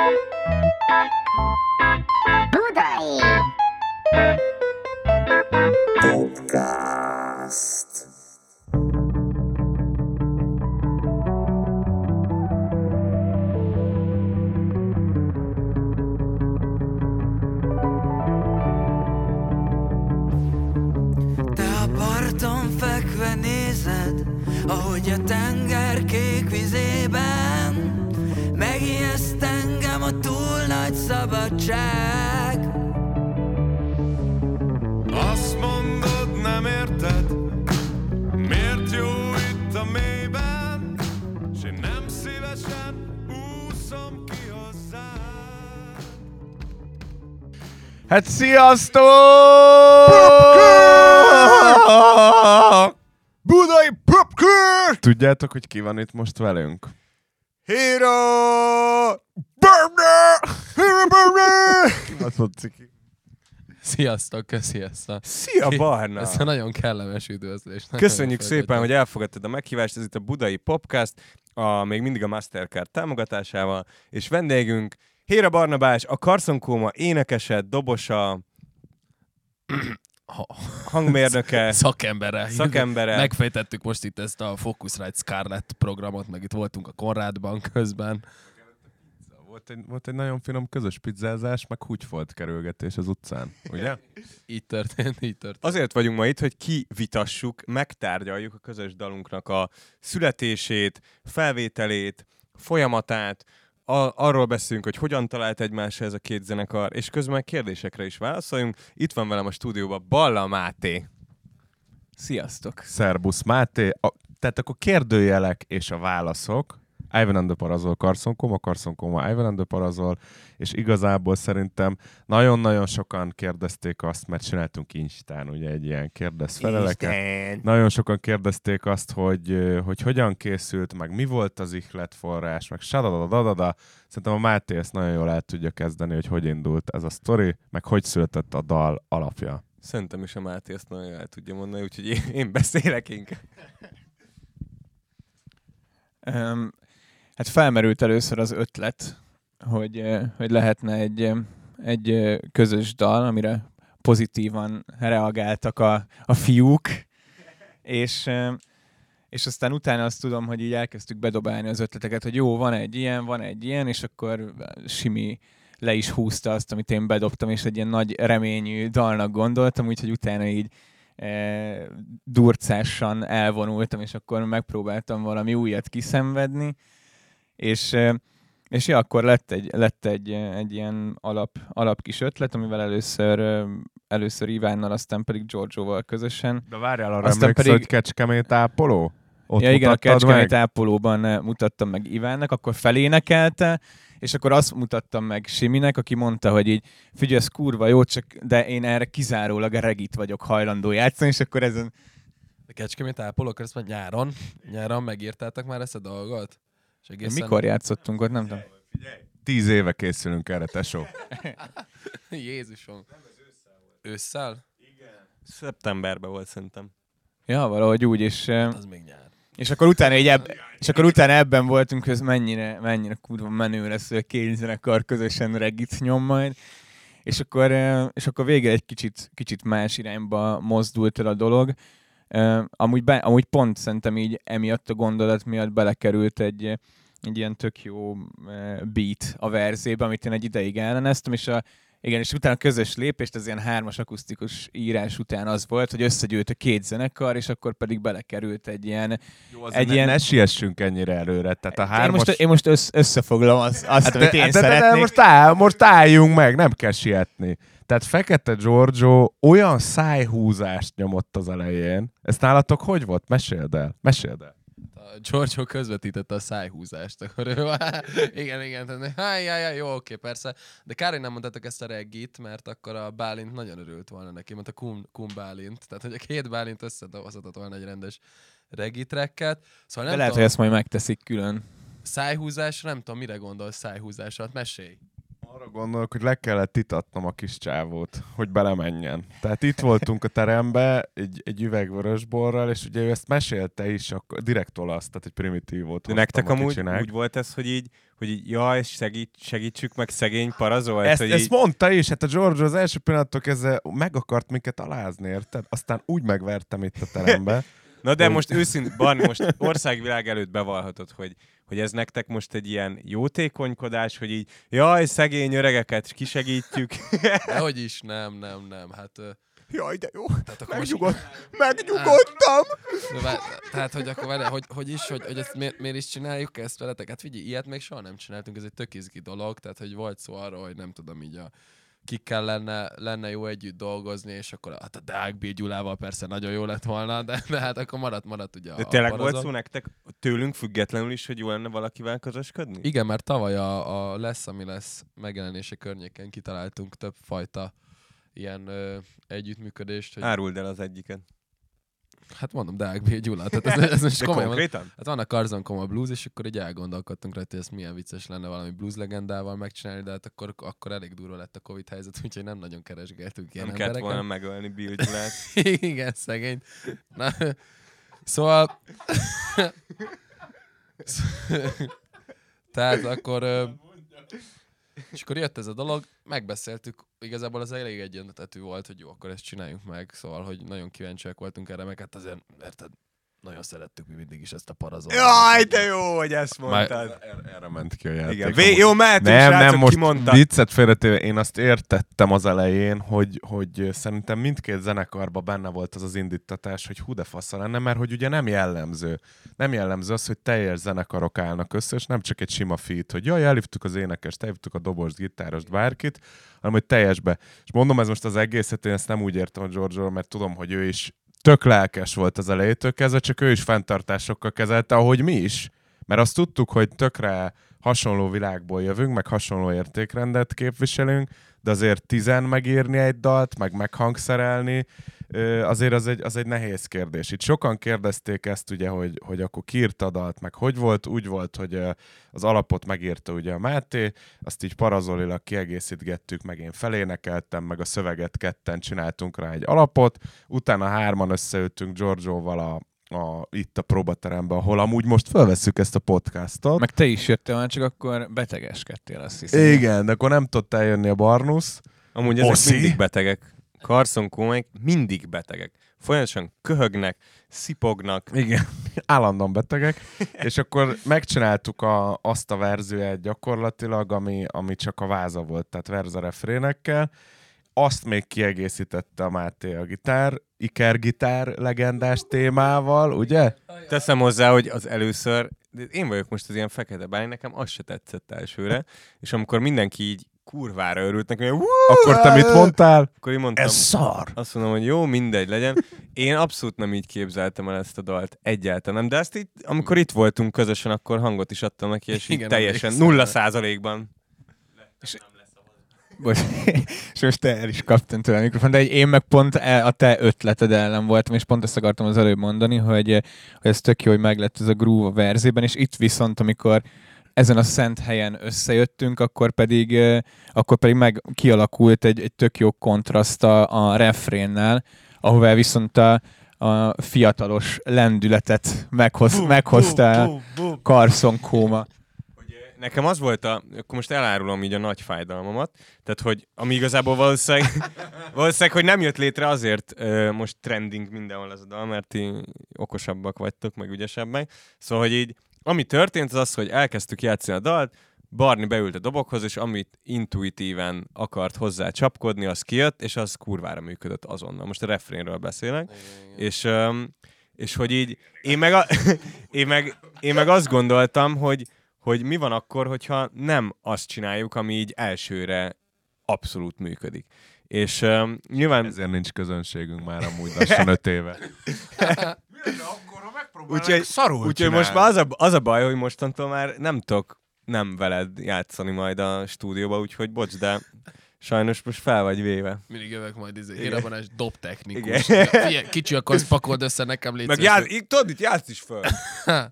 Budai Podcast. Fekve nézed, ahogy a tenger kék vizében megijeszt engem a túl nagy szabadság. Azt mondod, nem érted, miért jó itt a mélyben, s én nem szívesen úszom ki hozzád. Hát sziasztok! Budai Popkör! Tudjátok, hogy ki van itt most velünk? Hero! Burner! Hero Burner! Azt mondta ki. Sziasztok, sziasztok. Szia, Barna! Ez a nagyon kellemes üdvözlés. Köszönjük szépen, hogy elfogadtad a meghívást. Ez itt a Budai Popcast, még mindig a Mastercard támogatásával, és vendégünk Héra Barnabás, a Carson énekese, dobosa, hangmérnöke, szakembere. Megfejtettük most itt ezt a Focusrite Scarlett programot, meg itt voltunk a Konrádban közben. Volt egy nagyon finom közös pizzázás, meg húgyfolt kerülgetés az utcán, ugye? Így történt. Azért vagyunk ma itt, hogy kivitassuk, megtárgyaljuk a közös dalunknak a születését, felvételét, folyamatát, arról beszélünk, hogy hogyan talált egymásra ez a két zenekar, és közben kérdésekre is válaszoljunk. Itt van velem a stúdióban Balla Máté. Sziasztok! Szerbusz Máté. Tehát akkor kérdőjelek és a válaszok. Ivan and the Parazol, Carson Coma, Ivan and the Parazol, és igazából szerintem nagyon-nagyon sokan kérdezték azt, mert csináltunk Instán ugye egy ilyen kérdezfeleleket. Nagyon sokan kérdezték azt, hogy hogyan készült, meg mi volt az ihletforrás, meg sadadadadada. Szerintem a Máté ezt nagyon jól el tudja kezdeni, hogy indult ez a sztori, meg hogy született a dal alapja. Szerintem is a Máté ezt nagyon jól el tudja mondani, úgyhogy én beszélek inkább. Hát felmerült először az ötlet, hogy lehetne egy közös dal, amire pozitívan reagáltak a fiúk, és aztán utána azt tudom, hogy így elkezdtük bedobálni az ötleteket, hogy jó, van egy ilyen, és akkor Simi le is húzta azt, amit én bedobtam, és egy ilyen nagy reményű dalnak gondoltam, úgyhogy utána így durcásan elvonultam, és akkor megpróbáltam valami újat kiszenvedni, és ja, akkor lett egy ilyen alap kis ötlet, amivel először Ivánnal, aztán pedig Giorgioval közösen. De várjál, arra emlékszel, hogy Kecskemét ápoló? Ott ja, igen, a Kecskemét ápolóban mutattam meg Ivánnak, akkor felénekelte, és akkor azt mutattam meg Siminek, aki mondta, hogy így figyelj, ez kurva jó, de én erre kizárólag a regit vagyok hajlandó játszani, és akkor ezen... A Kecskemét ápolók, ezt már nyáron megírtátok már ezt a dolgot? Mikor játszottunk ott, nem tudom. 10 éve készülünk erre, tesó. Jézusom. Ősszel? Igen. Szeptemberben volt szerintem. Ja, valahogy úgy, és... Az még nyár. És akkor utána ebben voltunk, hogy ez mennyire kurva menő lesz, hogy a két zenekar közösen regit nyom majd. És akkor végül egy kicsit más irányba mozdult el a dolog. Amúgy pont szerintem így emiatt a gondolat miatt belekerült egy ilyen tök jó beat a verzébe, amit én egy ideig elleneztem, és utána a közös lépést, az ilyen 3-as akusztikus írás után az volt, hogy összegyűlt a két zenekar, és akkor pedig belekerült egy ilyen... Jó, ne siessünk ennyire előre, tehát a 3-as... Én most összefoglalom azt amit én szeretnék. Most álljunk meg, nem kell sietni. Tehát Fekete Giorgio olyan szájhúzást nyomott az elején. Ezt nálatok hogy volt? Meséld el. A Giorgio közvetítette a szájhúzást. Akkor igen. Jó, oké, persze. De kár, hogy nem mondtátok ezt a reggit, mert akkor a Bálint nagyon örült volna neki, mert a Kum Bálint. Tehát, hogy a két Bálint összehozhatott volna egy rendes reggitracket. Szóval de lehet, hogy ezt majd megteszik külön. Szájhúzás, nem tudom, mire gondolsz szájhúzásra. Hát mesélj. Arra gondolok, hogy le kellett itatnom a kis csávót, hogy belemenjen. Tehát itt voltunk a terembe egy üveg vörösborral, és ugye ő ezt mesélte is, akkor direkt olasz, tehát egy primitív volt. De nektek amúgy úgy volt ez, hogy így jaj, segítsük meg szegény parazolt? Ezt mondta is, hát a Giorgio az első pillanattól kezdve meg akart minket alázni, érted? Aztán úgy megvertem itt a terembe. Na de most őszintén, Barni, most országvilág előtt bevallhatod, hogy ez nektek most egy ilyen jótékonykodás, hogy így, jaj, szegény öregeket kisegítjük. Dehogy is, nem. Hát, jaj, de jó, tehát akkor megnyugodtam. Tehát, hogy akkor vele, hogy ezt miért is csináljuk ezt veletek? Hát figyelj, ilyet még soha nem csináltunk, ez egy tök izgi dolog, tehát, hogy volt szó arról, hogy nem tudom, így kikkel lenne jó együtt dolgozni, és akkor hát a Deák B. Gyulával persze nagyon jó lett volna, de hát akkor maradt ugye de tényleg volt szó nektek tőlünk függetlenül is, hogy jó lenne valakivel közösködni? Igen, mert tavaly a Lesz, ami lesz megjelenése környéken kitaláltunk több fajta ilyen együttműködést. Hogy... Áruld el az egyiket. Hát mondom, Deák B. Gyula. Tehát ez most komolyan. Konkrétan? Hát van a Curzon Coma Blues, és akkor így elgondolkodtunk rá, hogy ez milyen vicces lenne valami blues legendával megcsinálni, de hát akkor elég durva lett a Covid helyzet, úgyhogy nem nagyon keresgéltünk ilyen embereket. Nem kellett volna megölni Bill Gyulát. Igen, szegény. Na, szóval... Tehát akkor... És akkor jött ez a dolog, megbeszéltük, igazából az elég egyenletű volt, hogy jó, akkor ezt csináljuk meg, szóval, hogy nagyon kíváncsiak voltunk erre, meg hát azért, érted, nagyon szerettük mi mindig is ezt a parazolt. Jaj, de jó, hogy ezt mondtad. Erre ment ki a játék. Igen. Jó, mehetünk, srácok, most kimondta. viccet félretéve, én azt értettem az elején, hogy szerintem mindkét zenekarban benne volt az indítatás, hogy hú de fasza lenne, mert hogy ugye nem jellemző. Nem jellemző az, hogy teljes zenekarok állnak össze, és nem csak egy sima feat, hogy jaj, elhívtuk az énekest, elhívtuk a dobost, gitárost, bárkit, hanem hogy teljesbe. És mondom, ez most az egészet, én ezt nem úgy értem a Giorgio, mert tudom, hogy ő is tök lelkes volt az elejétől kezdve, csak ő is fenntartásokkal kezelte, ahogy mi is. Mert azt tudtuk, hogy tökre hasonló világból jövünk, meg hasonló értékrendet képviselünk, de azért 10 megírni egy dalt, meg meghangszerelni, azért az egy nehéz kérdés. Itt sokan kérdezték ezt ugye, hogy akkor kiírta a dalt, meg hogy volt? Úgy volt, hogy az alapot megírta ugye a Máté, azt így parazolilag kiegészítgettük, meg én felénekeltem, meg a szöveget ketten csináltunk rá egy alapot, utána 3-an összeültünk Giorgioval itt a próbateremben, ahol amúgy most felvesszük ezt a podcastot. Meg te is jöttél, már csak akkor betegeskedtél, azt hiszem. Igen, de akkor nem tudott eljönni a Barnusz. Amúgy ezek mindig betegek. Carson Comaik mindig betegek. Folyamatosan köhögnek, szipognak. Igen, állandóan betegek. És akkor megcsináltuk azt a verzióját gyakorlatilag, ami csak a váza volt, tehát verze-refrénekkel. Azt még kiegészítette a Máté a ikergitár legendás témával, ugye? Teszem hozzá, hogy az először, én vagyok most az ilyen fekete bány, nekem az se tetszett elsőre, és amikor mindenki így kurvára örült nekem, hogy akkor te mit mondtál? Akkor én mondtam, ez szar! Azt mondom, hogy jó, mindegy legyen. Én abszolút nem így képzeltem el ezt a dalt, egyáltalán nem, de ezt így, amikor itt voltunk közösen, akkor hangot is adtam neki, és így teljesen 0%-ban. És most te el is kaptad tőle a mikrofon, de én meg pont a te ötleted ellen voltam, és pont ezt akartam az előbb mondani, hogy ez tök jó, hogy meglett ez a groove a verzében, és itt viszont, amikor ezen a szent helyen összejöttünk, akkor pedig meg kialakult egy tök jó kontraszt a refrénnel, ahová viszont a fiatalos lendületet meghozta Carson Coma. Nekem az volt akkor most elárulom így a nagy fájdalmamat, tehát hogy ami igazából valószínűleg hogy nem jött létre azért most trending mindenhol ez a dal, mert ti okosabbak vagytok, meg ügyesebbek. Szóval, hogy így ami történt az, hogy elkezdtük játszani a dalt, Barni beült a dobokhoz, és amit intuitíven akart hozzá csapkodni, az kijött, és az kurvára működött azonnal. Most a refrénről beszélek. És hogy így én meg azt gondoltam, hogy mi van akkor, hogyha nem azt csináljuk, ami így elsőre abszolút működik. És nyilván... Ezért nincs közönségünk már amúgy lassan 5 éve. Úgyhogy most már az a baj, hogy mostantól már nem tudok nem veled játszani majd a stúdióba, úgyhogy bocs, de sajnos most fel vagy véve. Mindig jövök majd hírabbanás dobtechnikus. Kicsi akarsz, pakold össze nekem, légy meg tudod, itt játsz is föl.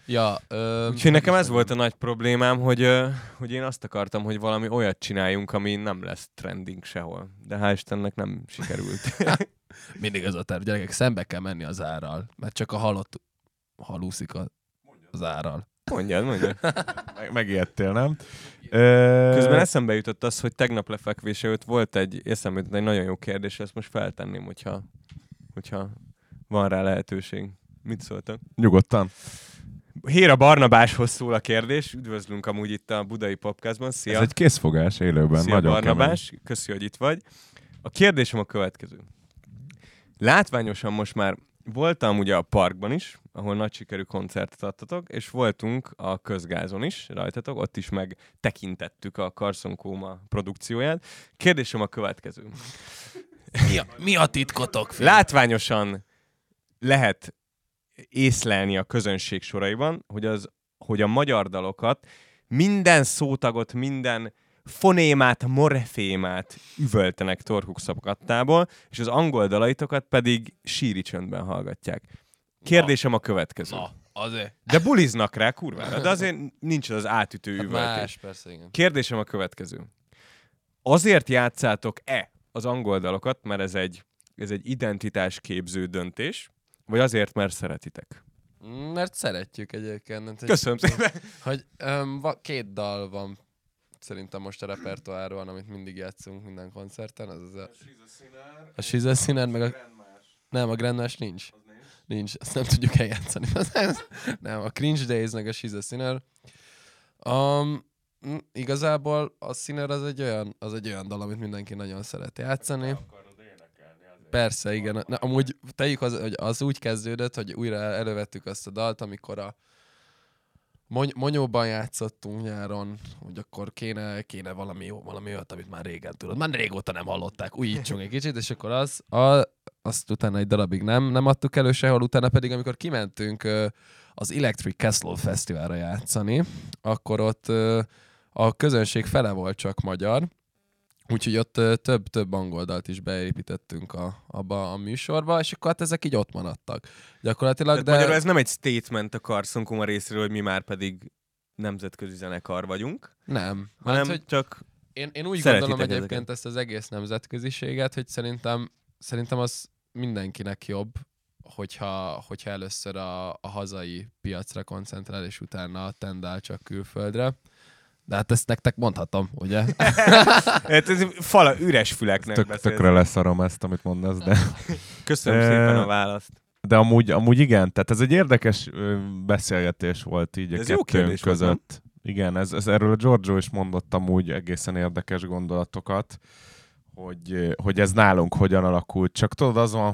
Ja, Úgyhogy nekem ez volt a nagy problémám, hogy én azt akartam, hogy valami olyat csináljunk, ami nem lesz trending sehol. De hál' Istennek nem sikerült. Mindig az a terv, gyerekek, szembe kell menni az árral, mert csak a halott halúszik az árral. Mondjad. Megijedtél, nem? Közben eszembe jutott az, hogy tegnap lefekvése előtt volt eszembe jutott egy nagyon jó kérdés, ezt most feltenném, hogyha van rá lehetőség. Mit szóltak? Nyugodtan. Héra Barnabáshoz szól a kérdés. Üdvözlünk amúgy itt a Budai Podcastban. Szia! Ez egy készfogás élőben. Szia nagyon Barnabás, köszi, hogy itt vagy. A kérdésem a következő. Látványosan most már voltam ugye a parkban is, ahol nagy sikerű koncertet adtatok, és voltunk a Közgázon is rajtatok, ott is megtekintettük a Carson Coma produkcióját. Kérdésem a következő. Mi a titkotok? Látványosan lehet észlelni a közönség soraiban, hogy a magyar dalokat, minden szótagot, minden fonémát, morfémát üvöltenek torkuk szakadtából, és az angol dalaitokat pedig síri csöndben hallgatják. Kérdésem a következő. Na, azért. De buliznak rá, kurvára, de azért nincs az átütő üvöltés. Más, persze, igen. Kérdésem a következő. Azért játszátok-e az angol dalokat, mert ez egy identitásképző döntés, vagy azért, mert szeretitek? Mert szeretjük egyébként. Köszönöm szépen. Hogy két dal van szerintem most a repertoárban, amit mindig játszunk minden koncerten. Az a She's a Sinner, meg a... Nem, a Grandmash nincs. Nincs, azt nem tudjuk eljátszani. Nem, a Cringe Days, meg a She's a Sinner. Igazából a Sinner az egy olyan dal, amit mindenki nagyon szeret játszani. Persze, igen. Amúgy tegyük hogy az úgy kezdődött, hogy újra elővettük azt a dalt, amikor a Monyóban játszottunk nyáron, hogy akkor kéne valami olyat, amit már régen tudod. Már régóta nem hallották, újítsunk egy kicsit, és akkor azt utána egy darabig nem adtuk elő sehol, utána pedig, amikor kimentünk az Electric Castle Fesztiválra játszani, akkor ott a közönség fele volt csak magyar, úgyhogy ott több angol dalt is beépítettünk abba a műsorba, és akkor hát ezek így ott maradtak. Gyakorlatilag, de... Magyarul ez nem egy statement a Carson Coma részéről, hogy mi már pedig nemzetközi zenekar vagyunk. Nem. Hanem hogy csak én úgy gondolom egyébként ezt az egész nemzetköziséget, hogy szerintem az mindenkinek jobb, hogyha először a hazai piacra koncentrál, és utána tendál csak külföldre. De hát ezt nektek mondhatom, ugye? Ez üres füleknek beszélsz. Tökre leszarom ezt, amit mondasz, de... Köszönöm szépen a választ. De amúgy igen, tehát ez egy érdekes beszélgetés volt így a kettőnk között. Volt, igen, ez erről a Giorgio is mondott amúgy egészen érdekes gondolatokat, hogy ez nálunk hogyan alakult. Csak tudod, az van,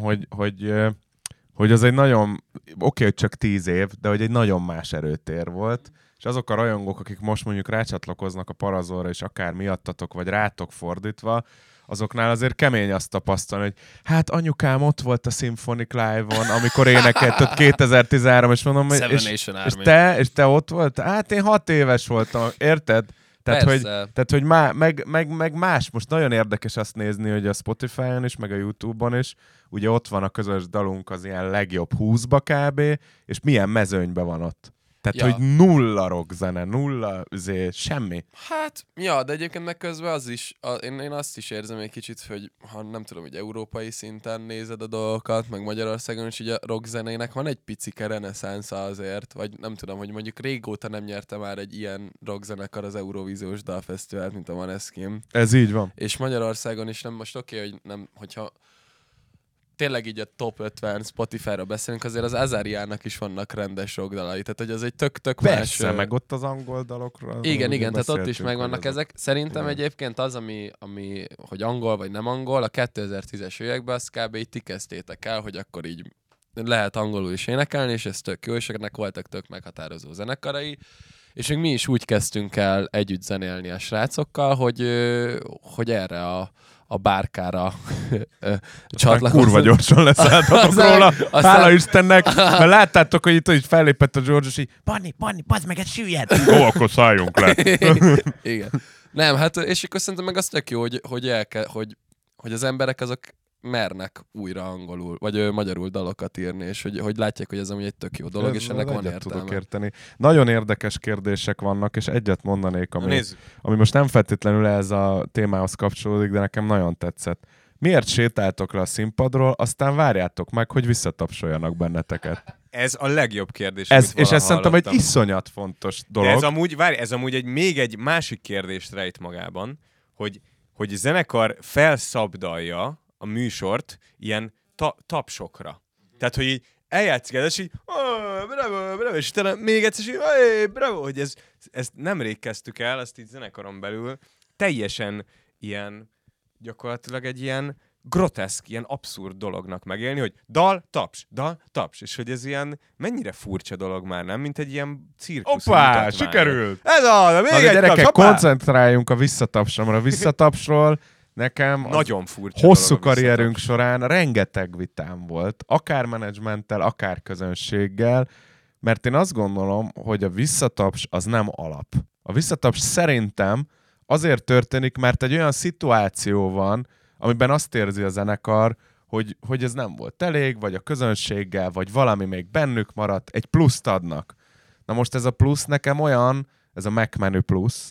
hogy az egy nagyon, oké, hogy csak 10 év, de hogy egy nagyon más erőtér volt, és azok a rajongók, akik most mondjuk rácsatlakoznak a Parazolra, és akár miattatok, vagy rátok fordítva, azoknál azért kemény azt tapasztalni, hogy hát anyukám ott volt a Symphonic Live-on, amikor énekelt 2013, és mondom, és te ott volt? Hát én 6 éves voltam, érted? Tehát, hogy meg más, most nagyon érdekes azt nézni, hogy a Spotify-on is, meg a YouTube-on is, ugye ott van a közös dalunk az ilyen legjobb 20-ba kb, és milyen mezőnyben van ott. Tehát, hogy nulla rockzene, nulla semmi. Hát, ja, de egyébként meg közben az is, én azt is érzem egy kicsit, hogy ha nem tudom, hogy európai szinten nézed a dolgokat, meg Magyarországon is, ugye a rockzenének van egy picike reneszánsza azért, vagy nem tudom, hogy mondjuk régóta nem nyerte már egy ilyen rockzenekar az Eurovíziós Dalfesztivált, mint a Maneskin. Ez így van. És Magyarországon is nem, most hogy nem, hogyha tényleg így a top 50 Spotify-ra beszélünk, azért az Azariának is vannak rendes rockdalai, tehát hogy az egy tök más... Persze, meg ott az angol dalokról... Igen, tehát ott is megvannak ezek. Szerintem egyébként az, ami hogy angol vagy nem angol, a 2010-es években azt kb. Így ti kezdtétek el, hogy akkor így lehet angolul is énekelni, és ez tök jó, és ennek voltak tök meghatározó zenekarai, és mi is úgy kezdtünk el együtt zenélni a srácokkal, hogy erre a bárkára csatlakozunk. Kurva gyorsan leszálltatok róla, hála Istennek, mert láttátok, hogy itt fellépett a George, és így Panni, bazd meg, egy süllyed! Jó, akkor szálljunk le. Igen. Nem, hát, és akkor szerintem meg az tök jó, hogy az emberek azok mernek újra angolul, vagy magyarul dalokat írni, és hogy látják, hogy ez amúgy egy tök jó dolog, és ennek van egyet értelme. tudok érteni. Nagyon érdekes kérdések vannak, és egyet mondanék, Nézzük. ami most nem feltétlenül ez a témához kapcsolódik, de nekem nagyon tetszett. Miért sétáltok le a színpadról, aztán várjátok meg, hogy visszatapsoljanak benneteket? Ez a legjobb kérdés, És amit ez valaha szerintem egy hallottam. iszonyat fontos De dolog. ez amúgy egy másik kérdést rejt magában, hogy a zenekar felszabdalja a műsort ilyen tapsokra. Tehát, hogy így eljátszik el, és így bravo, és utána még egyszer, és így bravo, hogy ezt nemrég kezdtük el, ezt így zenekaron belül, teljesen ilyen, gyakorlatilag egy ilyen groteszk, ilyen abszurd dolognak megélni, hogy dal, taps, és hogy ez ilyen mennyire furcsa dolog már, nem? Mint egy ilyen cirkusz. Hoppá, sikerült! Ez a, még Na, egy de gyerekek, taps, hoppá! koncentráljunk a visszatapsra, a visszatapsról nekem Nagyon furcsa hosszú dolog a karrierünk visszataps. során rengeteg vitám volt, akár menedzsmenttel, akár közönséggel, mert én azt gondolom, hogy a visszataps az nem alap. A visszataps szerintem azért történik, mert egy olyan szituáció van, amiben azt érzi a zenekar, hogy ez nem volt elég, vagy a közönséggel, vagy valami még bennük maradt, egy pluszt adnak. Na most ez a plusz nekem olyan, ez a Mac menü plusz,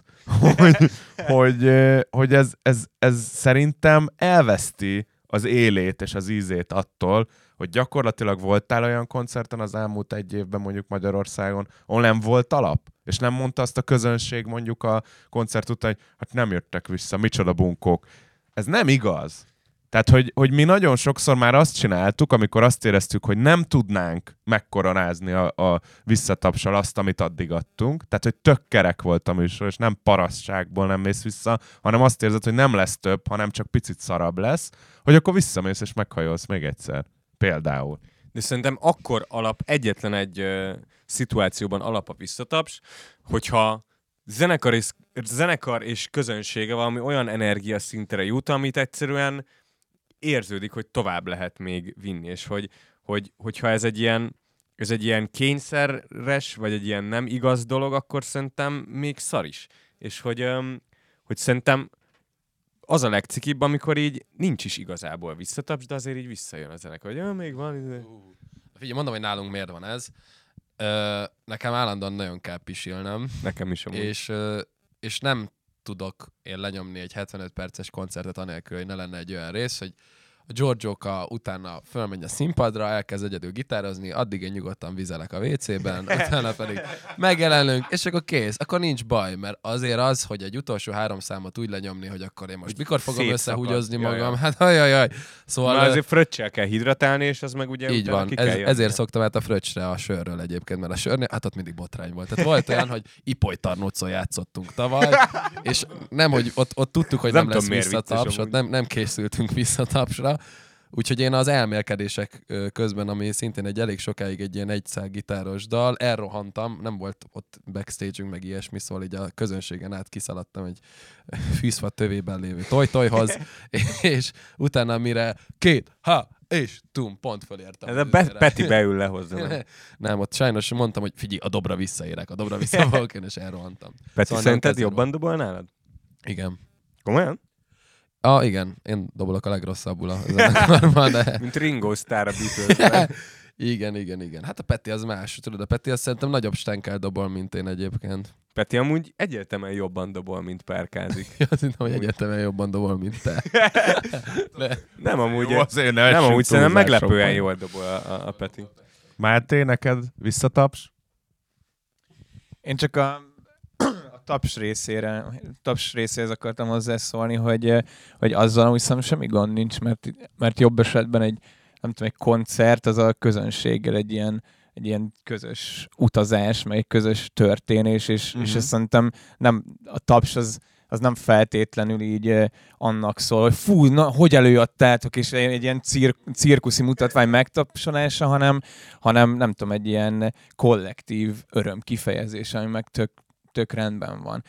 hogy ez szerintem elveszti az élét és az ízét attól, hogy gyakorlatilag voltál olyan koncerten az elmúlt egy évben mondjuk Magyarországon, ahol nem volt alap, és nem mondta azt a közönség mondjuk a koncert után, hogy hát nem jöttek vissza, micsoda bunkók. Ez nem igaz. Tehát, hogy mi nagyon sokszor már azt csináltuk, amikor azt éreztük, hogy nem tudnánk megkoronázni a visszatapsal azt, amit addig adtunk. Tehát, hogy tök kerek volt a műsor, és nem parasztságból nem mész vissza, hanem azt érzed, hogy nem lesz több, hanem csak picit szarabb lesz, hogy akkor visszamész és meghajolsz még egyszer. Például. De szerintem akkor egyetlen egy szituációban alap a visszataps, hogyha zenekar és közönsége valami olyan energiaszintre jut, amit egyszerűen érződik, hogy tovább lehet még vinni, és hogyha ez egy ilyen kényszeres, vagy egy ilyen nem igaz dolog, akkor szerintem még szar is. És hogy szerintem az a legcikibb, amikor így nincs is igazából visszataps, de azért így visszajön a zenekar, hogy még van. Figyelj, mondom, hogy nálunk miért van ez. Nekem állandóan nagyon kell pisilnem. Nekem is amúgy. És nem tudok én lenyomni egy 75 perces koncertet anélkül, hogy ne lenne egy olyan rész, hogy a Giorgioka utána fölmegy a színpadra, elkezd egyedül gitározni, addig én nyugodtan vizelek a WC-ben, utána pedig megjelenünk, és akkor kész, akkor nincs baj, mert azért az, hogy egy utolsó 3 számot úgy lenyomni, hogy akkor én most mikor fogom összehúgyozni magam, hát ajajaj. Szóval már azért fröccsel kell hidratálni, és az meg ugye így van, ki kell jönni. ezért szoktam át a fröccsre a sörről egyébként, mert a sörnél, hát ott mindig botrány volt. Tehát volt olyan, hogy ipolytarnócon játszottunk tavaly, és nem, hogy ott tudtuk, hogy nem lesz visszataps, ott nem készültünk visszatapsra. Úgyhogy én az elmélkedések közben, ami szintén egy elég sokáig egy ilyen egyszál gitáros dal, elrohantam, nem volt ott backstage-ünk, meg ilyesmi, szóval így a közönségen át kiszaladtam egy fűzfa tövében lévő tojtojhoz, és utána mire 2, és pont fölértem. Ez a Peti beül le hozzá. Nem, ott sajnos mondtam, hogy figyelj, a dobra visszaérek, a dobra vissza fogok én, és elrohantam. Peti, Szóval szerinted nem jobban dobol nálad? Igen. Komolyan? Igen, én dobolok a legrosszabbul a zenekarban, de... Mint Ringo Starr a Beatles-ben. Igen. Hát a Peti az más, tudod, a Peti azt szerintem nagyobb stenkel dobol, mint én egyébként. Peti amúgy egyértelműen jobban dobol, mint perkázik. Azt hittem, hogy egyértelműen jobban dobol, mint te. Nem amúgy, Jó, azért ne nem essünk amúgy szerintem meglepően túlzásokba. jól dobol a Peti. Máté, neked visszataps? Én csak a taps részéhez akartam hozzászólni, hogy azzal amúgy szerintem semmi gond nincs, mert jobb esetben egy koncert az a közönséggel egy ilyen közös utazás, meg egy közös történés, és ezt szerintem nem, a taps az nem feltétlenül így annak szól, hogy fú, na, hogy előadtátok, és egy ilyen cirkuszi mutatvány megtapsolása, hanem nem tudom, egy ilyen kollektív öröm kifejezés, ami meg tök rendben van.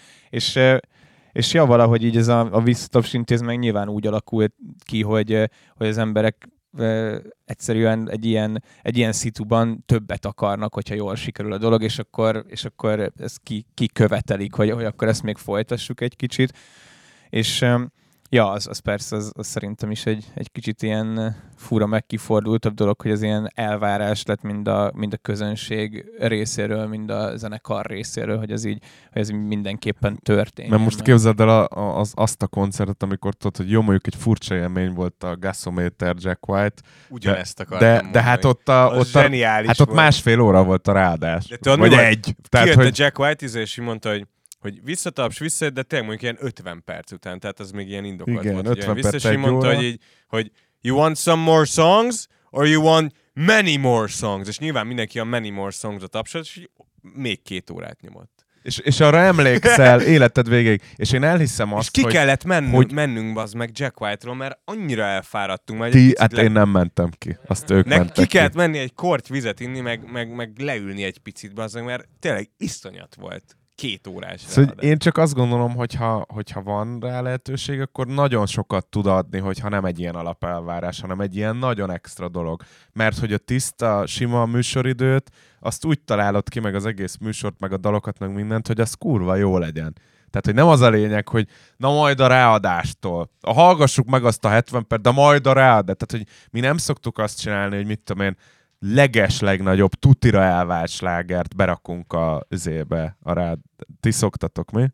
És ja, valahogy így ez a visszataps intézmény nyilván úgy alakult ki, hogy az emberek egyszerűen egy ilyen szituban többet akarnak, hogyha jól sikerül a dolog, és akkor ezt kikövetelik, hogy akkor ezt még folytassuk egy kicsit. És Ja, az persze, az szerintem is egy kicsit ilyen fura megkifordultabb dolog, hogy az ilyen elvárás lett mind a közönség részéről, mind a zenekar részéről, hogy ez mindenképpen történik. Mert most képzeld el azt a koncertet, amikor tudod, hogy jó, mondjuk egy furcsa élmény volt a Gasometer, Jack White, Ugyanezt akartam mondani. de hát ott zseniális hát ott volt. másfél óra volt a ráadás. De tudod, Vagy mi volt? egy. Tehát, Kijött hogy a Jack White és így mondta, hogy visszataps, de tényleg mondjuk ilyen 50 perc után, tehát az még ilyen indokolt Igen, volt. 50 perc, és így egy mondta, óra. hogy you want some more songs, or you want many more songs? És nyilván mindenki a many more songs-ot tapsolt, és így még 2 órát nyomott. és arra emlékszel életed végéig. És én elhiszem azt, És ki hogy kellett hogy- mennünk bazd meg Jack White-ról, mert annyira elfáradtunk. Már egy picit hát én nem mentem ki. Azt ők Ki mentek kellett menni egy korty vizet inni, meg leülni egy picit, bazd meg, mert tényleg iszonyat volt. 2 órás. Szóval ráadás. én csak azt gondolom, hogyha van rá lehetőség, akkor nagyon sokat tud adni, hogyha nem egy ilyen alapelvárás, hanem egy ilyen nagyon extra dolog. Mert hogy a tiszta, sima műsoridőt, azt úgy találod ki, meg az egész műsort, meg a dalokat, meg mindent, hogy az kurva jó legyen. Tehát, hogy nem az a lényeg, hogy na majd a ráadástól. Hallgassuk meg azt a 70 perc, de majd a ráadás. Tehát, hogy mi nem szoktuk azt csinálni, hogy mit tudom én, legnagyobb tutira elvált slágert berakunk a üzébe, a rád. Ti szoktatok, mi?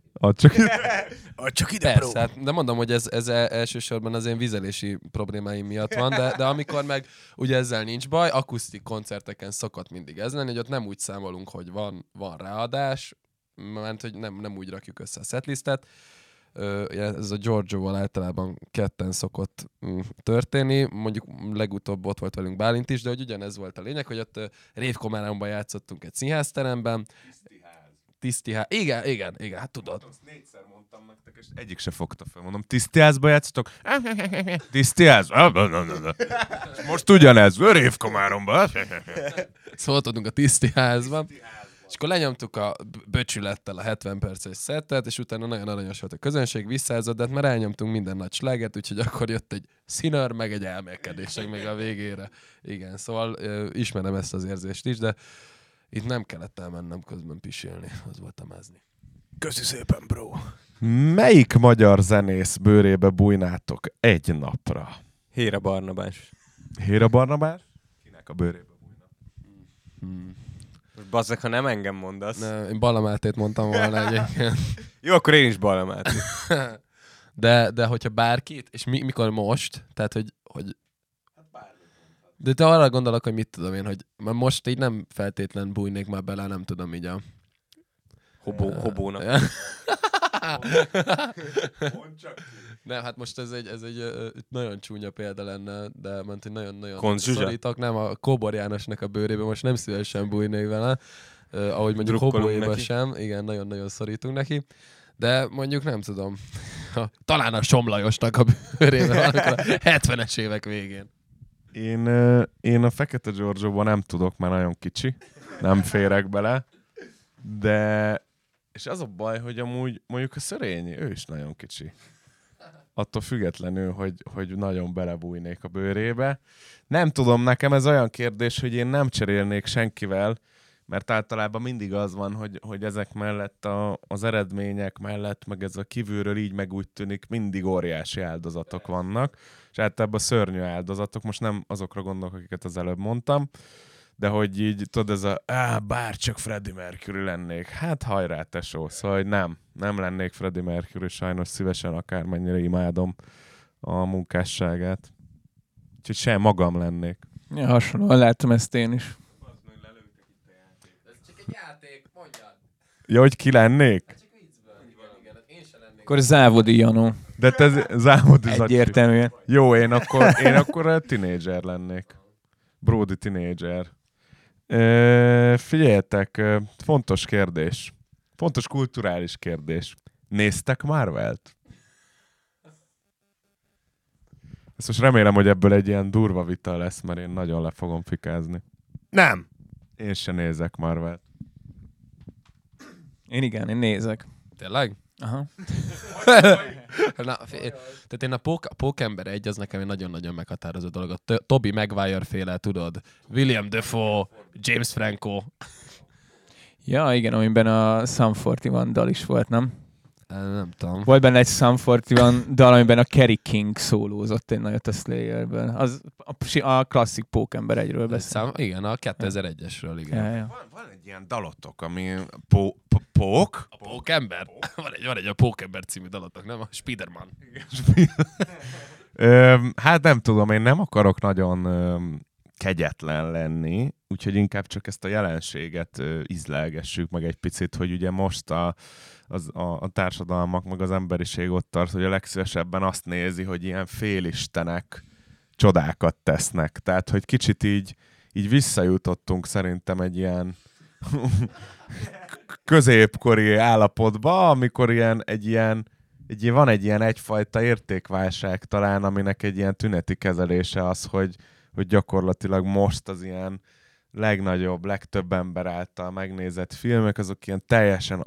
Csak ide, Persze, hát, de mondom, hogy ez elsősorban az én vizelési problémáim miatt van, de amikor meg ugye ezzel nincs baj, akusztik koncerteken szokott mindig ez lenni, hogy ott nem úgy számolunk, hogy van ráadás, mert hogy nem úgy rakjuk össze a setlistet. Ez a Giorgio-val általában ketten szokott történni, mondjuk legutóbb ott volt velünk Bálint is, de hogy ugyanez volt a lényeg, hogy ott Révkomáromban játszottunk egy színházteremben. Tisztiház. Igen, hát tudod. Azt 4-szer mondtam nektek, és egyik se fogta fel. Mondom, tisztiházba játszotok? Tisztiház? Most ugyanez, Révkomáromban. Szóval tudunk a Tisztiházban. És akkor lenyomtuk a böcsülettel a 70 perces szettet, és utána nagyon aranyos volt a közönség, visszaázott, de hát már elnyomtunk minden nagy slágert, úgyhogy akkor jött egy színör, meg egy elmélkedések még a végére. Igen, szóval ismerem ezt az érzést is, de itt nem kellett elmennem közben pisilni, az volt a mázni. Köszi szépen, bro. Melyik magyar zenész bőrébe bújnátok egy napra? Héra Barnabás. Héra Barnabás? Kinek a bőrébe bújna? Most bazzeg, ha nem engem mondasz. Ne, én Balla Mátét mondtam volna egyébként. Jó, akkor én is Balla Máté. De hogyha bárkit, és mikor most, tehát hogy de te arra gondolok, hogy mit tudom én, hogy most így nem feltétlen bújnék már bele, nem tudom így a... Hobónak. Nem, hát most ez egy nagyon csúnya példa lenne, de ment, hogy nagyon-nagyon Konzsuzsa? szorítok. Nem, a Kóbor Jánosnak a bőrébe most nem szívesen bújnék vele, ahogy mondjuk Drukkolunk Hobóéba neki. sem. Igen, nagyon-nagyon szorítunk neki. De mondjuk nem tudom. Talán a Somlajosnak a bőrébe valamikor a 70-es évek végén. Én a Fekete Giorgio-ban nem tudok, mert nagyon kicsi. Nem férek bele. De... És az a baj, hogy amúgy mondjuk a Szörényi, ő is nagyon kicsi. Attól függetlenül, hogy nagyon belebújnék a bőrébe. Nem tudom, nekem ez olyan kérdés, hogy én nem cserélnék senkivel, mert általában mindig az van, hogy ezek mellett az eredmények mellett, meg ez a kívülről így meg úgy tűnik, mindig óriási áldozatok vannak. És általában szörnyű áldozatok, most nem azokra gondolok, akiket az előbb mondtam, de hogy így, tudod, ez bár csak Freddie Mercury lennék. Hát hajrá, tesó. Szóval, hogy nem lennék Freddie Mercury, sajnos szívesen, akármennyire imádom a munkásságát. Úgyhogy sem magam lennék. Ja, hasonlóan látom ezt én is. Ez csak egy játék, mondjad. Ja, hogy ki lennék? Csak viccből. Igen, én sem lennék. Akkor Závodi Janó. De te Zámodi Zacsi. Egyértelműen. Jó, én akkor a tínédzser lennék. Brody tínédzser. Figyeljetek, fontos kérdés. Fontos kulturális kérdés. Néztek Marvelt? Ezt most remélem, hogy ebből egy ilyen durva vita lesz, mert én nagyon le fogom fikázni. Nem. Én se nézek Marvelt. Én nézek. Tényleg? Aha. Tehát én a Pókember 1 az nekem egy nagyon-nagyon meghatározó dolog. A Tobey Maguire féle, tudod, William Dafoe, James Franco. Ja, igen, amiben a Sum 41 dal is volt, nem? Nem tudom. Volt benne egy Sum 41 dal, amiben a Kerry King szólózott egy nagyot a Slayerben. Az a klasszik Pókember 1-ről beszél. Igen, a 2001-esről, igen. Ja. Van egy ilyen dalotok, ami pók? A Pókember? Van egy a Pókember című dalotok, nem? A Spiderman. Hát nem tudom, én nem akarok nagyon kegyetlen lenni, úgyhogy inkább csak ezt a jelenséget ízlelgessük meg egy picit, hogy ugye most a társadalmak, meg az emberiség ott tart, hogy a legszívesebben azt nézi, hogy ilyen félistenek csodákat tesznek. Tehát, hogy kicsit így visszajutottunk szerintem egy ilyen középkori állapotba, amikor van egy ilyen egyfajta értékválság talán, aminek egy ilyen tüneti kezelése az, hogy gyakorlatilag most az ilyen legnagyobb, legtöbb ember által megnézett filmek, azok ilyen teljesen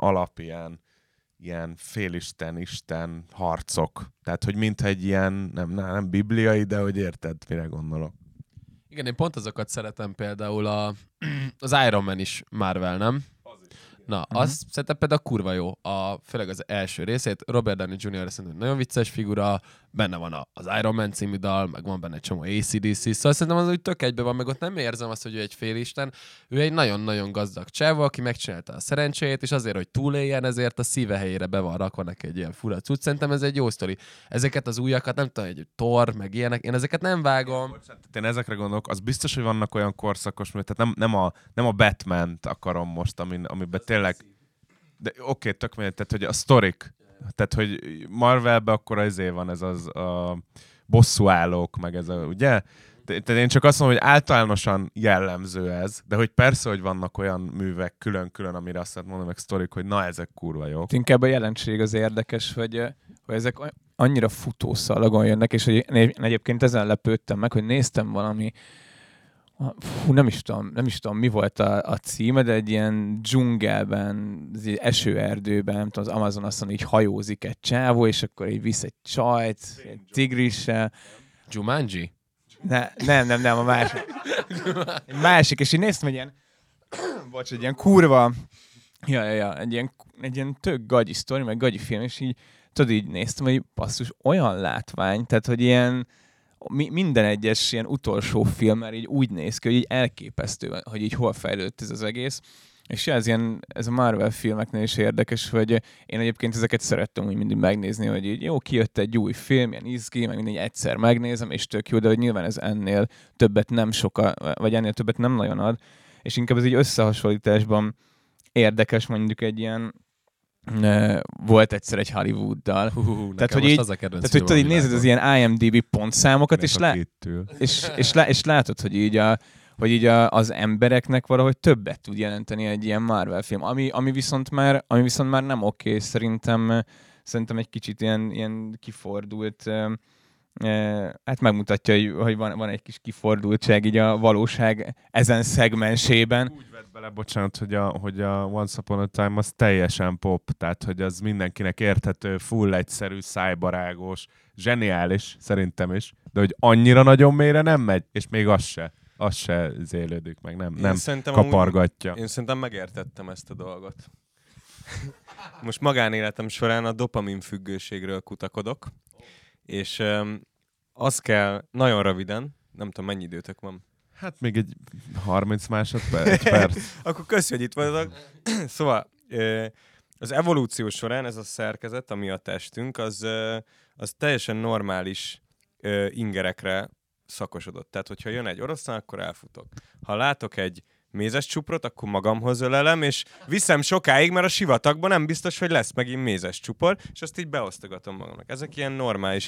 ilyen félisten harcok. Tehát, hogy mintha egy ilyen, nem bibliai, de hogy érted, mire gondolok. Igen, én pont azokat szeretem, például az Iron Man is Marvel, nem? Na, azt szerintem például kurva jó. Főleg az első részét. Robert Downey Jr. szerintem nagyon vicces figura, benne van az Iron Man című dal, meg van benne egy csomó AC/DC, szóval szerintem az úgy tök egybe van, meg ott nem érzem azt, hogy ő egy félisten. Ő egy nagyon-nagyon gazdag csávó, aki megcsinálta a szerencséjét, és azért, hogy túléljen, ezért a szíve helyére be van rakva neki egy ilyen fura cucc. Szerintem ez egy jó sztori. Ezeket az újakat, nem tudom, egy Thor, meg ilyenek, én ezeket nem vágom. Én ezekre gondolok, az biztos, hogy vannak olyan korszakos, tehát nem a Batman-t akarom most, amiben tényleg... De oké, tök mindegy, tehát hogy a sztorik, tehát hogy Marvelben akkor van ez a bosszúállók, meg ez ugye? Tehát én csak azt mondom, hogy általánosan jellemző ez, de hogy persze, hogy vannak olyan művek külön-külön, amire azt lehet mondani, meg sztorik, hogy na, ezek kurva jók. Inkább a jelenség az érdekes, hogy ezek annyira futószalagon jönnek, és hogy egyébként ezen lepődtem meg, hogy néztem valami, nem is tudom, mi volt a címe, de egy ilyen dzsungelben, esőerdőben, nem tudom, az Amazonoson így hajózik egy csávó, és akkor így visz egy csajt, egy tigrissel. Jumanji? Nem, a másik. Egy másik, és így néztem egy ilyen, egy ilyen kurva, egy ilyen tök gagyi sztori, meg gagyi film, és így, tudod, így néztem, hogy basszus, olyan látvány, tehát, hogy ilyen, minden egyes ilyen utolsó film már így úgy néz ki, hogy így elképesztő, hogy így hol fejlődött ez az egész. És ez a Marvel filmeknél is érdekes, hogy én egyébként ezeket szerettem úgy mindig megnézni, hogy így jó, kijött egy új film, ilyen izgi, meg mindig egyszer megnézem, és tök jó, de hogy nyilván ez ennél többet vagy ennél többet nem nagyon ad, és inkább ez így összehasonlításban érdekes, mondjuk egy ilyen volt egyszer egy Hollywooddal. Tehát, hogy így nézed az ilyen IMDb pontszámokat, és látod, hogy így az embereknek valahogy többet tud jelenteni egy ilyen Marvel film. Ami viszont már nem oké, szerintem egy kicsit ilyen kifordult, hát megmutatja, hogy van egy kis kifordultság így a valóság ezen szegmensében. Úgy vett bele, bocsánat, hogy a Once Upon a Time az teljesen pop, tehát hogy az mindenkinek érthető, full egyszerű, szájbarágos, zseniális, szerintem is, de hogy annyira nagyon mélyre nem megy, és még az se zélődik meg, nem kapargatja. Én szerintem megértettem ezt a dolgot. Most magánéletem során a dopamin függőségről kutakodok, és az kell nagyon röviden, nem tudom, mennyi időtök van. Hát még egy 30 másodperc. Akkor köszi, hogy itt vagyok. Szóval az evolúció során ez a szerkezet, ami a testünk, az teljesen normális ingerekre szakosodott. Tehát, hogyha jön egy oroszlán, akkor elfutok. Ha látok egy mézes csuprot, akkor magamhoz ölelem, és viszem sokáig, mert a sivatagban nem biztos, hogy lesz megint mézes csupor, és azt így beosztogatom magamnak. Ezek ilyen normális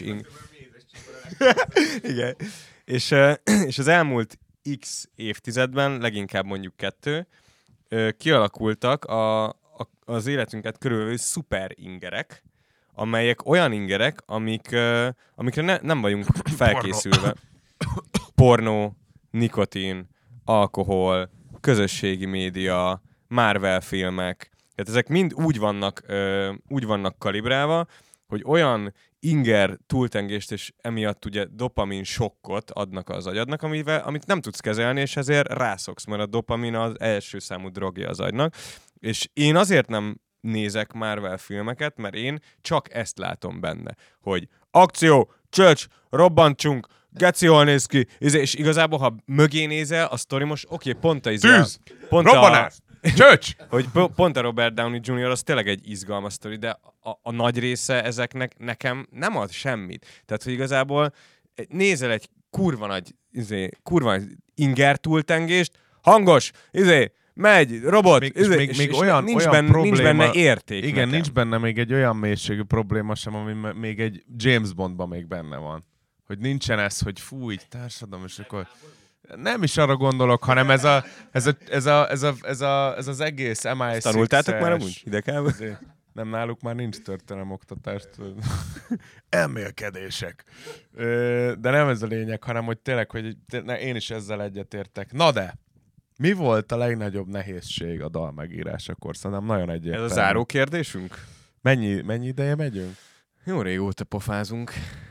Igen. És az elmúlt X évtizedben, leginkább mondjuk 2, kialakultak az életünket körülvevő szuper ingerek, amelyek olyan ingerek, amikre nem vagyunk felkészülve. Pornó, nikotin, alkohol, közösségi média, Marvel filmek. Tehát ezek mind úgy vannak kalibrálva, hogy olyan inger túltengést és emiatt ugye dopamin sokkot adnak az agyadnak, amit nem tudsz kezelni, és ezért rászoksz, mert a dopamin az első számú drogja az agynak. És én azért nem nézek Marvel filmeket, mert én csak ezt látom benne, hogy akció, csöcs, robbantsunk, geci jól néz ki, és igazából, ha mögé nézel, a sztori most, pont a Tűz! pont Robbanás! Csöcs! hogy pont a Robert Downey Jr. az tényleg egy izgalmas sztori, de a nagy része ezeknek nekem nem ad semmit. Tehát, hogy igazából nézel egy kurva nagy inger túltengést, hangos, megy, robot, még olyan nincs probléma, benne érték. Igen, nekem. nincs benne még egy olyan mélységű probléma sem, ami még egy James Bondban még benne van. Hogy nincsen ez, hogy fú, így társadalom, és akkor nem is arra gondolok, hanem ez az egész MI6-es... Tanultátok már amúgy idekába? Nem, náluk már nincs történelemoktatást. Elmélkedések. De nem ez a lényeg, hanem hogy tényleg, hogy én is ezzel egyetértek. Na de, mi volt a legnagyobb nehézség a dal megírásakor? Szerintem nagyon egyértelmű. Ez a záró kérdésünk? Mennyi ideje megyünk? Jó régóta pofázunk.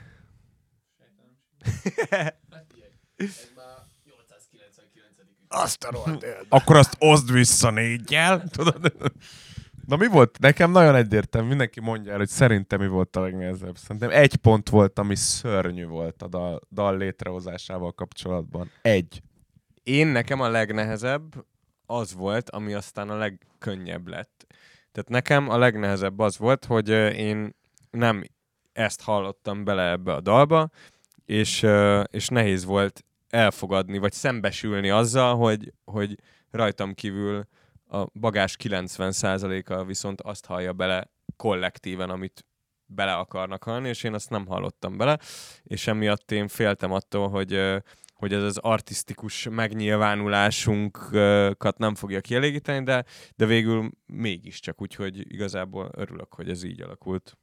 Azt a rohadt akkor azt oszd vissza 4-jel, tudod? Na mi volt? Nekem nagyon egyértelmű, mindenki mondja el, hogy szerintem mi volt a legnehezebb. Szerintem 1 pont volt, ami szörnyű volt a dal létrehozásával kapcsolatban. 1. Nekem a legnehezebb az volt, ami aztán a legkönnyebb lett. Tehát nekem a legnehezebb az volt, hogy én nem ezt hallottam bele ebbe a dalba, és nehéz volt elfogadni, vagy szembesülni azzal, hogy rajtam kívül a bagás 90%-a viszont azt hallja bele kollektíven, amit bele akarnak hallani, és én azt nem hallottam bele, és emiatt én féltem attól, hogy ez az artisztikus megnyilvánulásunkat nem fogja kielégíteni, de végül mégiscsak, úgyhogy igazából örülök, hogy ez így alakult.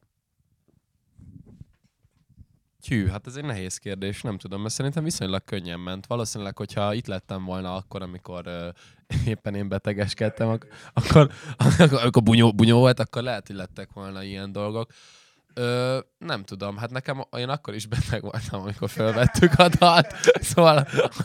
Hát ez egy nehéz kérdés, nem tudom, mert szerintem viszonylag könnyen ment. Valószínűleg, hogyha itt lettem volna akkor, amikor éppen én betegeskedtem, akkor bunyó volt, akkor lehet, hogy lettek volna ilyen dolgok. Nem tudom, hát nekem, én akkor is beteg voltam, amikor felvettük a dalt, szóval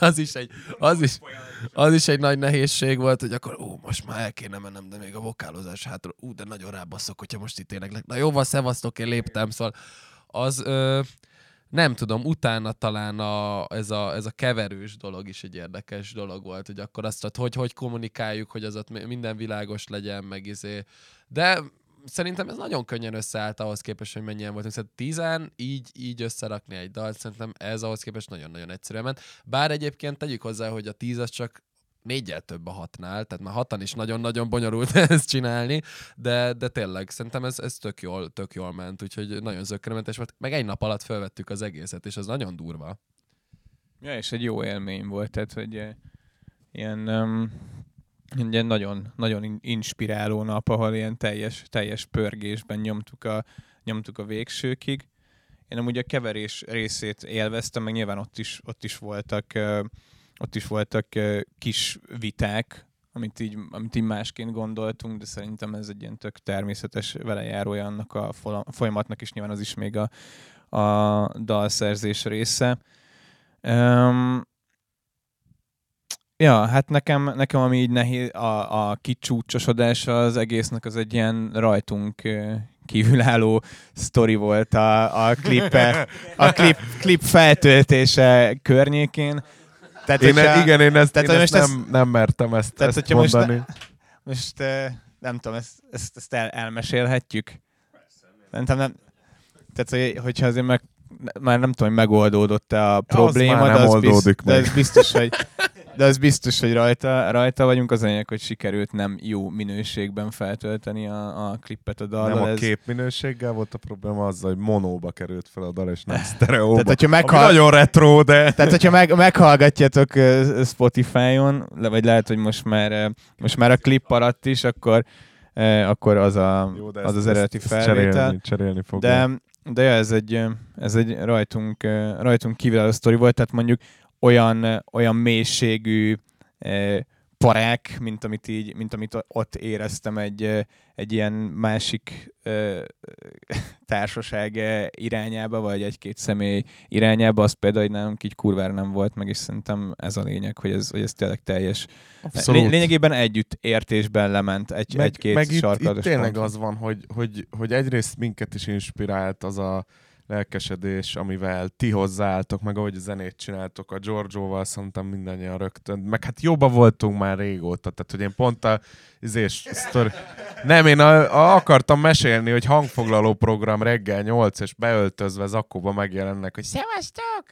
az is egy nagy nehézség volt, hogy akkor most már el kéne mennem, de még a vokálozás hátra, de nagyon rábasszok, hogyha most itt tényleg, na jóval szevasztok, én léptem, szóval az... nem tudom, utána talán ez a keverős dolog is egy érdekes dolog volt, hogy akkor azt hogy kommunikáljuk, hogy az ott minden világos legyen, meg De szerintem ez nagyon könnyen összeállt ahhoz képest, hogy mennyien voltunk. Szóval 10 így összerakni egy dalt, szerintem ez ahhoz képest nagyon-nagyon egyszerűen ment. Bár egyébként tegyük hozzá, hogy a 10 az csak 4-jel több a 6-nál, tehát már 6-an is nagyon-nagyon bonyolult ezt csinálni, de tényleg szerintem ez tök jól ment, úgyhogy nagyon zökkenőmentes volt. Meg egy nap alatt felvettük az egészet, és az nagyon durva. Ja, és egy jó élmény volt, tehát hogy ilyen nagyon, nagyon inspiráló nap, ahol ilyen teljes pörgésben nyomtuk a végsőkig. Én amúgy a keverés részét élveztem, meg nyilván ott is voltak kis viták, amit így másként gondoltunk, de szerintem ez egy ilyen tök természetes velejárója annak a folyamatnak, és nyilván az is még a dalszerzés része. Ja, hát nekem ami így nehéz, a kicsúcsosodása az egésznek az egy ilyen rajtunk kívülálló sztori volt a klip feltöltése környékén. Tehát, én ezt nem mertem ezt mondani. Most nem tudom, ezt elmesélhetjük? Szerintem nem. Tehát, hogyha azért már nem tudom, hogy megoldódott-e a probléma, de az biztos, hogy rajta vagyunk. Az lényeg, hogy sikerült nem jó minőségben feltölteni a klippet a dallal. Nem a képminőséggel volt a probléma, azzal, hogy monóba került fel a dal, és nem sztereóba. Tehát, hogyha nagyon retro, de... Tehát, hogyha meghallgatjátok Spotify-on, vagy lehet, hogy most már a klip alatt is, akkor az az eredeti felvétel. Cserélni fog. De ja, ez egy rajtunk kívülálló sztori volt, tehát mondjuk olyan mélységű parák, mint amit ott éreztem egy ilyen másik társaság irányába, vagy egy-két személy irányába, az például, hogy nálunk így kurvára nem volt, meg is szerintem ez a lényeg, hogy ez tényleg teljes. Lényegében együtt értésben lement egy-két sarkalatos. Itt tényleg az van, hogy egyrészt minket is inspirált az a lelkesedés, amivel ti hozzáálltok, meg ahogy a zenét csináltok a Giorgioval, szerintem mindannyian rögtön. Meg hát jobban voltunk már régóta, tehát hogy én pont Nem, én akartam mesélni, hogy hangfoglaló program reggel 8, és beöltözve zakóba megjelennek, hogy szevasztok!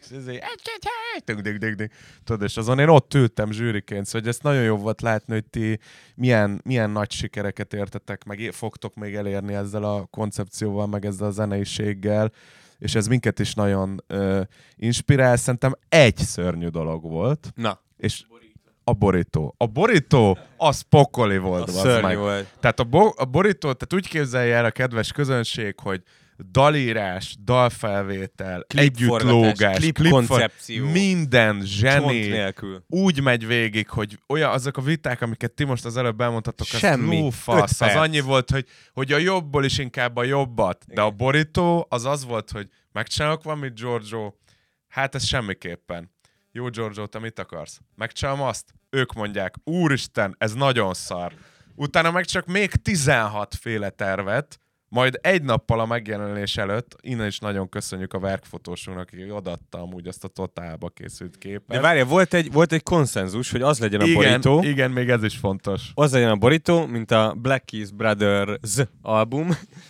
Tudod, és azon én ott ültem zsűriként, szóval ezt nagyon jó volt látni, hogy ti milyen nagy sikereket értetek, meg fogtok még elérni ezzel a koncepcióval, meg ezzel a zeneiséggel, és ez minket is nagyon inspirál. Szerintem egy szörnyű dolog volt. Na. És a borító. A borító, az pokoli volt. Az szörnyű volt. Tehát a borító, tehát úgy képzelje el a kedves közönség, hogy dalírás, dalfelvétel, együttlógás, klipkoncepció, minden zseni, úgy megy végig, hogy olyan azok a viták, amiket ti most az előbb elmondhatok, az lófasz, az annyi volt, hogy a jobbból is inkább a jobbat, de a borító az volt, hogy megcsinálok valamit, Giorgio, hát ez semmiképpen. Jó, Giorgio, te mit akarsz? Megcsinálom azt? Ők mondják, úristen, ez nagyon szar. Utána meg csak még 16 féle tervet, majd egy nappal a megjelenés előtt, innen is nagyon köszönjük a verkfotósunknak, aki odaadta amúgy azt a totálba készült képet. De várjál, volt egy konszenzus, hogy az legyen a borító. Igen, még ez is fontos. Az legyen a borító, mint a Black Keys Brothers album,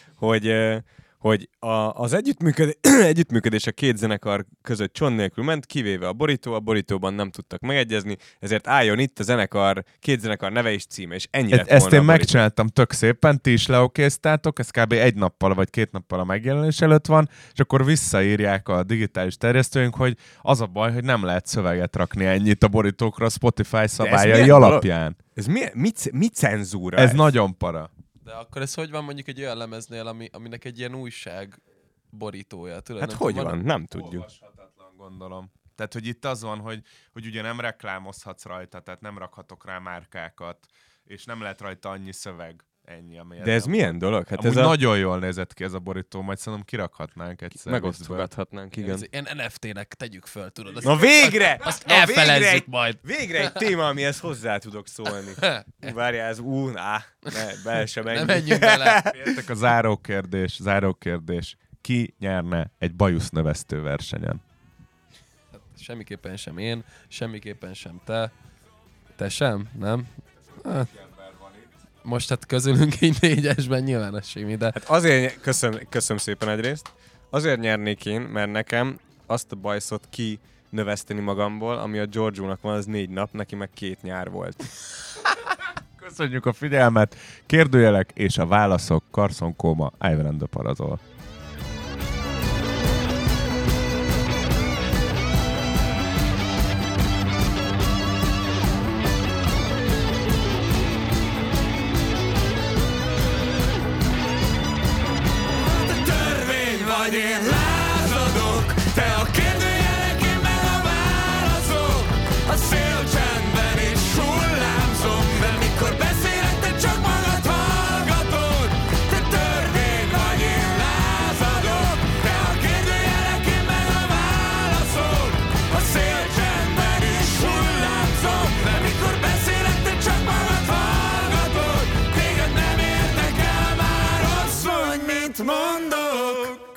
hogy az együttműködés a két zenekar között csont nélkül ment, kivéve a borítóban nem tudtak megegyezni, ezért álljon itt a két zenekar neve és címe, és ennyi lett ezt én megcsináltam tök szépen, ti is leokéztátok, ez kb. egy nappal vagy 2 nappal a megjelenés előtt van, és akkor visszaírják a digitális terjesztőink, hogy az a baj, hogy nem lehet szöveget rakni ennyit a borítókra a Spotify szabályai alapján. Ez mi cenzúra? Ez nagyon para. De akkor ez hogy van mondjuk egy olyan lemeznél, aminek egy ilyen újság borítója? Tudod, hát hogy van? Nem tudjuk. Olvashatatlan, gondolom. Tehát, hogy itt az van, hogy ugye nem reklámozhatsz rajta, tehát nem rakhatok rá márkákat, és nem lehet rajta annyi szöveg. Ennyi, de ez milyen dolog? Hát ez nagyon jól nézett ki ez a borító, majd szerintem kirakhatnánk egyszer. Megosztogathatnunk, igen. Ez ilyen NFT-nek tegyük föl, tudod. Na végre! Azt elfelezzük majd. Végre egy téma, amihez hozzá tudok szólni. Várjál, ez bele sem menjünk. Nem menjünk bele. Értek a záró kérdés. Ki nyerne egy bajusznövesztő versenyen? Hát, semmiképpen sem én, semmiképpen sem te. Te sem, nem? Hát. Most hát közülünk így 4-esben nyilván a Simi, de... Hát azért, köszönöm szépen egyrészt, azért nyernék én, mert nekem azt a bajszot kinöveszteni magamból, ami a Giorgio-nak van, az 4 nap, neki meg 2 nyár volt. Köszönjük a figyelmet, kérdőjelek és a válaszok, Carson Coma, Ivan and the Parazol. Vagy én lázadok, te a kérdőjelek, én meg a válaszok. A szélcsendben is hullámzom, de mikor beszélek, te csak magad hallgatod. Te törvény vagy, én lázadok, te a kérdőjelek, én meg a válaszok. A szélcsendben is hullámzom, de mikor beszélek, te csak magad hallgatod. Téged nem érdekel már az, hogy mit mondok.